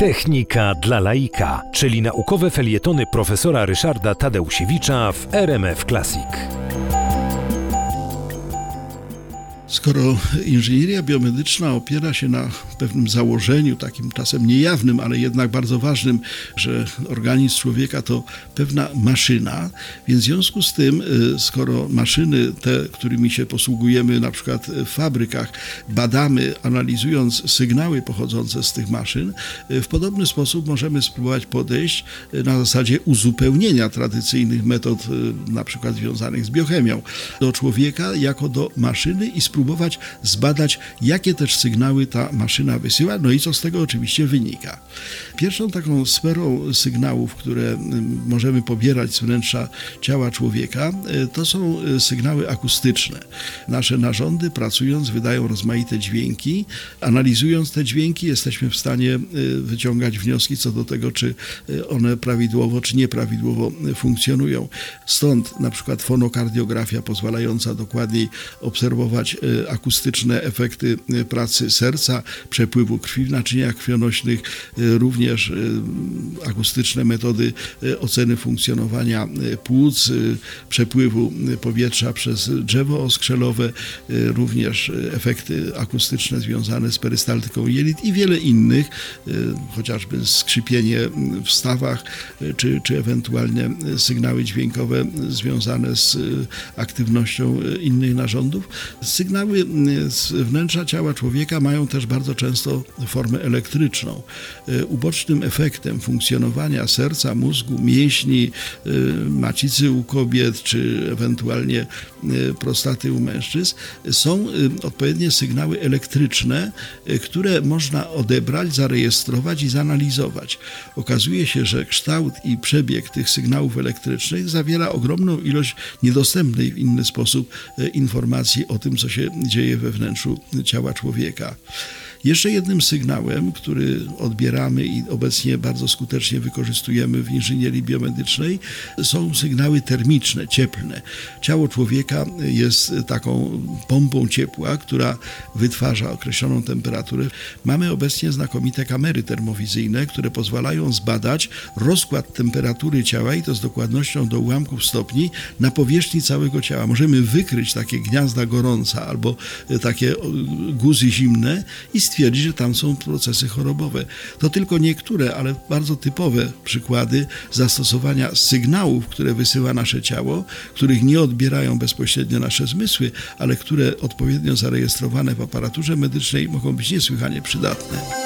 Technika dla laika, czyli naukowe felietony profesora Ryszarda Tadeusiewicza w RMF Classic. Skoro inżynieria biomedyczna opiera się na pewnym założeniu, takim czasem niejawnym, ale jednak bardzo ważnym, że organizm człowieka to pewna maszyna, więc w związku z tym, skoro maszyny, te, którymi się posługujemy na przykład w fabrykach, badamy, analizując sygnały pochodzące z tych maszyn, w podobny sposób możemy spróbować podejść na zasadzie uzupełnienia tradycyjnych metod, na przykład związanych z biochemią, do człowieka jako do maszyny i spróbować zbadać, jakie też sygnały ta maszyna wysyła, no i co z tego oczywiście wynika. Pierwszą taką sferą sygnałów, które możemy pobierać z wnętrza ciała człowieka, to są sygnały akustyczne. Nasze narządy, pracując, wydają rozmaite dźwięki. Analizując te dźwięki, jesteśmy w stanie wyciągać wnioski co do tego, czy one prawidłowo, czy nieprawidłowo funkcjonują. Stąd na przykład fonokardiografia pozwalająca dokładniej obserwować akustyczne efekty pracy serca, przepływu krwi w naczyniach krwionośnych, również akustyczne metody oceny funkcjonowania płuc, przepływu powietrza przez drzewo oskrzelowe, również efekty akustyczne związane z perystaltyką jelit i wiele innych, chociażby skrzypienie w stawach, czy ewentualnie sygnały dźwiękowe związane z aktywnością innych narządów. Sygnały z wnętrza ciała człowieka mają też bardzo często formę elektryczną. Ubocznym efektem funkcjonowania serca, mózgu, mięśni, macicy u kobiet, czy ewentualnie prostaty u mężczyzn są odpowiednie sygnały elektryczne, które można odebrać, zarejestrować i zanalizować. Okazuje się, że kształt i przebieg tych sygnałów elektrycznych zawiera ogromną ilość niedostępnej w inny sposób informacji o tym, co się dzieje we wnętrzu ciała człowieka. Jeszcze jednym sygnałem, który odbieramy i obecnie bardzo skutecznie wykorzystujemy w inżynierii biomedycznej, są sygnały termiczne, cieplne. Ciało człowieka jest taką pompą ciepła, która wytwarza określoną temperaturę. Mamy obecnie znakomite kamery termowizyjne, które pozwalają zbadać rozkład temperatury ciała i to z dokładnością do ułamków stopni na powierzchni całego ciała. Możemy wykryć takie gniazda gorąca albo takie guzy zimne i stwierdzić, że tam są procesy chorobowe. To tylko niektóre, ale bardzo typowe przykłady zastosowania sygnałów, które wysyła nasze ciało, których nie odbierają bezpośrednio nasze zmysły, ale które odpowiednio zarejestrowane w aparaturze medycznej mogą być niesłychanie przydatne.